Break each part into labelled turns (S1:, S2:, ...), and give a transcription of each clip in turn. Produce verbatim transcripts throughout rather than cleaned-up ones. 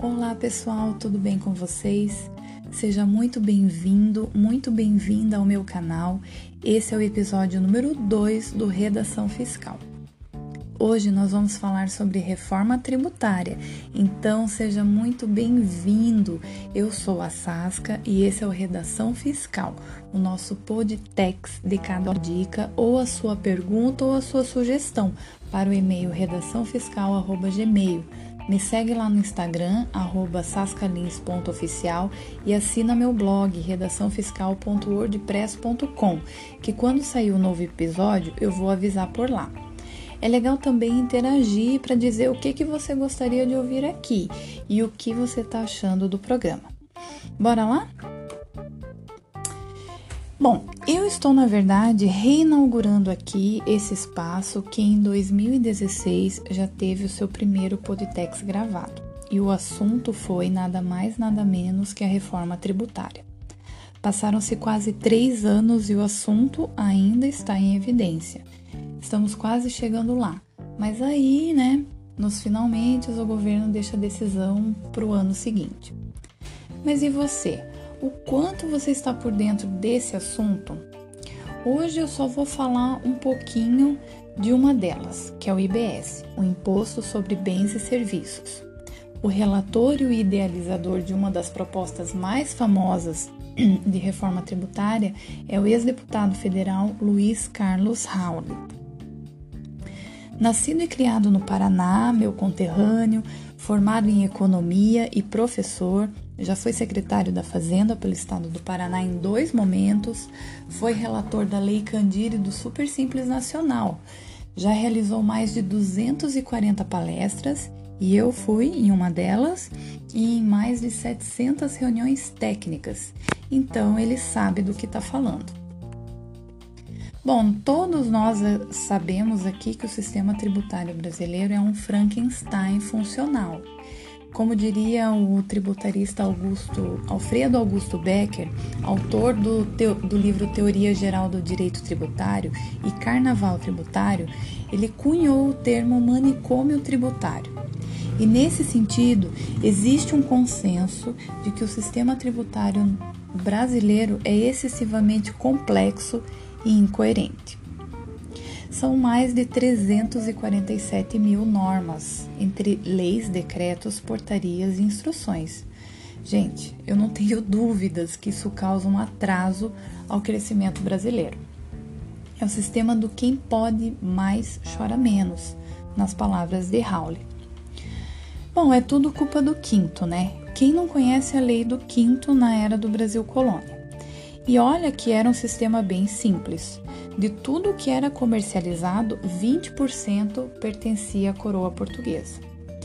S1: Olá pessoal, tudo bem com vocês? Seja muito bem-vindo, muito bem-vinda ao meu canal. Esse é o episódio número dois do Redação Fiscal. Hoje nós vamos falar sobre reforma tributária, então seja muito bem-vindo. Eu sou a Sasca e esse é o Redação Fiscal, o nosso podtext de cada dica ou a sua pergunta ou a sua sugestão para o e-mail redação fiscal arroba gmail. Me segue lá no Instagram, arroba sascalins ponto oficial e assina meu blog, redação fiscal ponto wordpress ponto com, que quando sair o um novo episódio eu vou avisar por lá. É legal também interagir para dizer o que, que você gostaria de ouvir aqui e o que você está achando do programa. Bora lá? Bom, eu estou, na verdade, reinaugurando aqui esse espaço que em dois mil e dezesseis já teve o seu primeiro podtext gravado. E o assunto foi nada mais, nada menos que a reforma tributária. Passaram-se quase três anos e o assunto ainda está em evidência. Estamos quase chegando lá. Mas aí, né, nos finalmente o governo deixa a decisão para o ano seguinte. Mas e você? O quanto você está por dentro desse assunto? Hoje eu só vou falar um pouquinho de uma delas, que é o I B S, o Imposto sobre Bens e Serviços. O relator e o idealizador de uma das propostas mais famosas de reforma tributária é o ex-deputado federal Luiz Carlos Rauli. Nascido e criado no Paraná, meu conterrâneo, formado em economia e professor, já foi secretário da Fazenda pelo estado do Paraná em dois momentos, foi relator da Lei Candir e do Super Simples Nacional. Já realizou mais de duzentas e quarenta palestras e eu fui em uma delas e em mais de setecentas reuniões técnicas. Então ele sabe do que está falando. Bom, todos nós sabemos aqui que o sistema tributário brasileiro é um Frankenstein funcional. Como diria o tributarista Augusto, Alfredo Augusto Becker, autor do, teo, do livro Teoria Geral do Direito Tributário e Carnaval Tributário, ele cunhou o termo manicômio tributário. E nesse sentido, existe um consenso de que o sistema tributário brasileiro é excessivamente complexo e incoerente. São mais de trezentas e quarenta e sete mil normas, entre leis, decretos, portarias e instruções. Gente, eu não tenho dúvidas que isso causa um atraso ao crescimento brasileiro. É o sistema do quem pode mais chora menos, nas palavras de Rauli. Bom, é tudo culpa do quinto, né? Quem não conhece a lei do quinto na era do Brasil colônia? E olha que era um sistema bem simples. De tudo que era comercializado, vinte por cento pertencia à coroa portuguesa.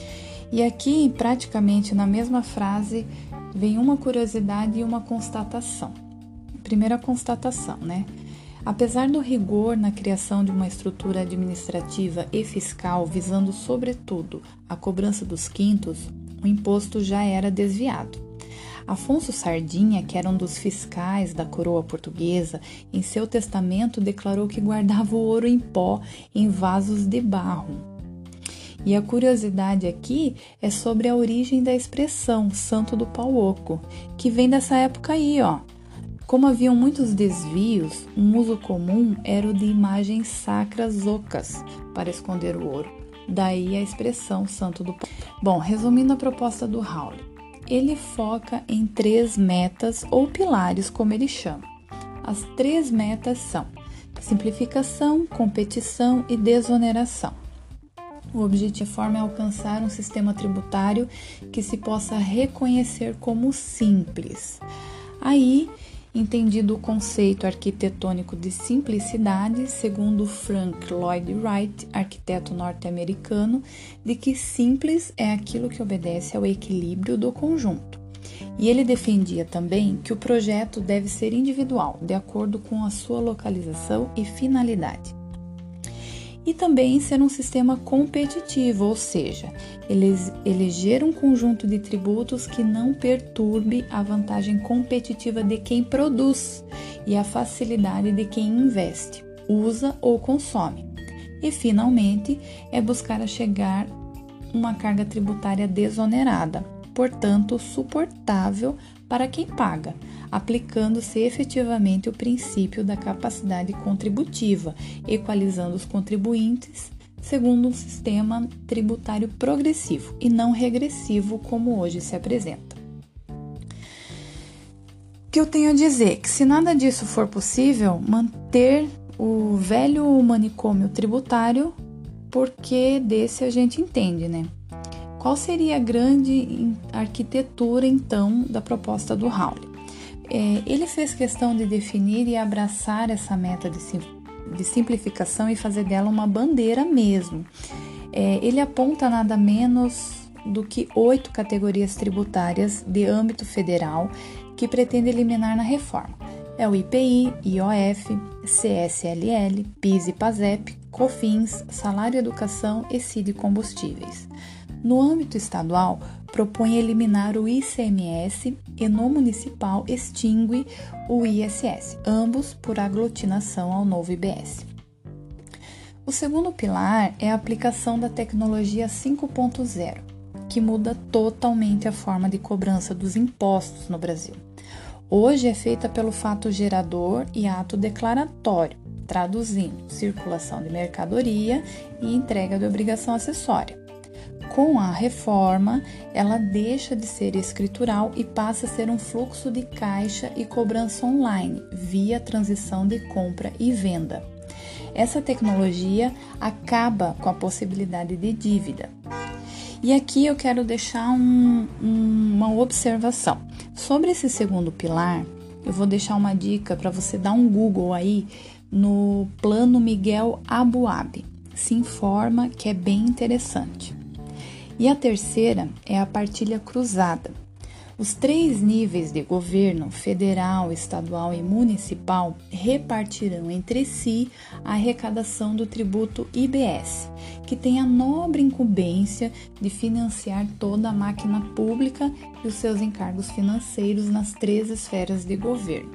S1: E aqui, praticamente na mesma frase, vem uma curiosidade e uma constatação. Primeira constatação, né? Apesar do rigor na criação de uma estrutura administrativa e fiscal visando, sobretudo, a cobrança dos quintos, o imposto já era desviado. Afonso Sardinha, que era um dos fiscais da coroa portuguesa, em seu testamento declarou que guardava o ouro em pó em vasos de barro. E a curiosidade aqui é sobre a origem da expressão Santo do Pau Oco, que vem dessa época aí, ó. Como haviam muitos desvios, um uso comum era o de imagens sacras ocas para esconder o ouro. Daí a expressão Santo do Pau. Bom, resumindo a proposta do Rauli. Ele foca em três metas ou pilares, como ele chama. As três metas são simplificação, competição e desoneração. O objetivo da reforma é alcançar um sistema tributário que se possa reconhecer como simples. Aí, entendido o conceito arquitetônico de simplicidade, segundo Frank Lloyd Wright, arquiteto norte-americano, de que simples é aquilo que obedece ao equilíbrio do conjunto. E ele defendia também que o projeto deve ser individual, de acordo com a sua localização e finalidade. E também ser um sistema competitivo, ou seja, eleger um conjunto de tributos que não perturbe a vantagem competitiva de quem produz e a facilidade de quem investe, usa ou consome. E, finalmente, é buscar a chegar uma carga tributária desonerada, portanto, suportável para quem paga, aplicando-se efetivamente o princípio da capacidade contributiva, equalizando os contribuintes segundo um sistema tributário progressivo e não regressivo como hoje se apresenta. O que eu tenho a dizer? Que se nada disso for possível, manter o velho manicômio tributário, porque desse a gente entende, né? Qual seria a grande arquitetura, então, da proposta do Hawley? É, ele fez questão de definir e abraçar essa meta de, sim, de simplificação e fazer dela uma bandeira mesmo. É, ele aponta nada menos do que oito categorias tributárias de âmbito federal que pretende eliminar na reforma. É o I P I, I O F, C S L L, PIS e PASEP, COFINS, Salário Educação e C I D Combustíveis. No âmbito estadual, propõe eliminar o I C M S e no municipal extingue o I S S, ambos por aglutinação ao novo I B S. O segundo pilar é a aplicação da tecnologia cinco ponto zero, que muda totalmente a forma de cobrança dos impostos no Brasil. Hoje é feita pelo fato gerador e ato declaratório, traduzindo circulação de mercadoria e entrega de obrigação acessória. Com a reforma, ela deixa de ser escritural e passa a ser um fluxo de caixa e cobrança online, via transição de compra e venda. Essa tecnologia acaba com a possibilidade de dívida. E aqui eu quero deixar um, um, uma observação. Sobre esse segundo pilar, eu vou deixar uma dica para você dar um Google aí no Plano Miguel Abuab. Se informa que é bem interessante. E a terceira é a partilha cruzada. Os três níveis de governo, federal, estadual e municipal, repartirão entre si a arrecadação do tributo I B S, que tem a nobre incumbência de financiar toda a máquina pública e os seus encargos financeiros nas três esferas de governo.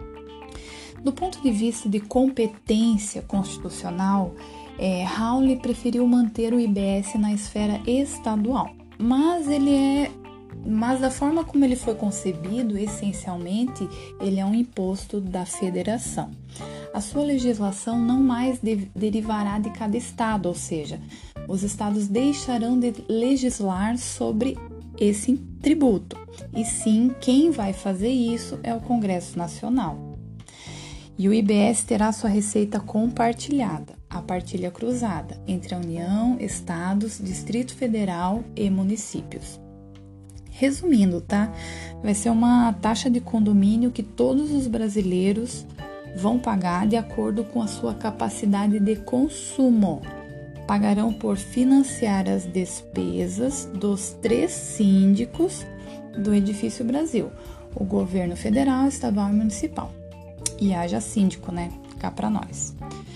S1: Do ponto de vista de competência constitucional, É, Hawley preferiu manter o I B S na esfera estadual, mas ele é, mas da forma como ele foi concebido, essencialmente, ele é um imposto da federação. A sua legislação não mais de, derivará de cada estado, ou seja, os estados deixarão de legislar sobre esse tributo, e sim, quem vai fazer isso é o Congresso Nacional. E o I B S terá sua receita compartilhada, a partilha cruzada, entre a União, Estados, Distrito Federal e municípios. Resumindo, tá? Vai ser uma taxa de condomínio que todos os brasileiros vão pagar de acordo com a sua capacidade de consumo. Pagarão por financiar as despesas dos três síndicos do Edifício Brasil, o governo federal, estadual e municipal. E haja síndico, né? Cá para nós.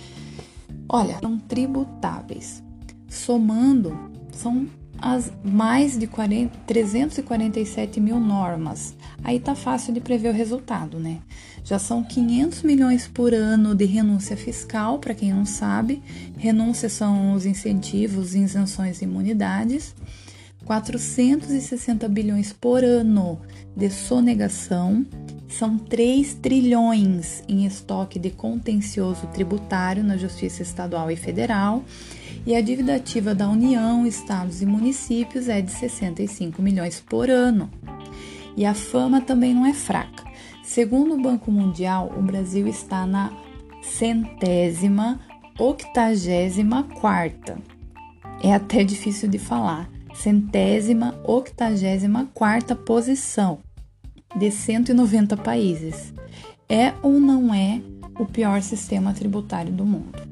S1: Olha, são tributáveis. Somando, são as mais de quarenta, trezentos e quarenta e sete mil normas. Aí tá fácil de prever o resultado, né? Já são quinhentos milhões por ano de renúncia fiscal, para quem não sabe. Renúncia são os incentivos, isenções e imunidades. quatrocentos e sessenta bilhões por ano de sonegação. São três trilhões em estoque de contencioso tributário na Justiça Estadual e Federal, e a dívida ativa da União, Estados e municípios é de sessenta e cinco milhões por ano. E a fama também não é fraca. Segundo o Banco Mundial, o Brasil está na centésima, octagésima quarta. É até difícil de falar. Centésima, octagésima quarta posição de cento e noventa países. É ou não é o pior sistema tributário do mundo?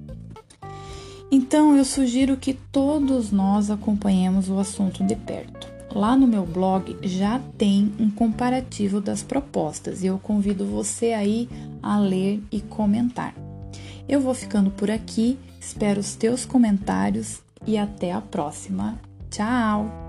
S1: Então, eu sugiro que todos nós acompanhemos o assunto de perto. Lá no meu blog já tem um comparativo das propostas e eu convido você aí a ler e comentar. Eu vou ficando por aqui, espero os teus comentários e até a próxima. Tchau!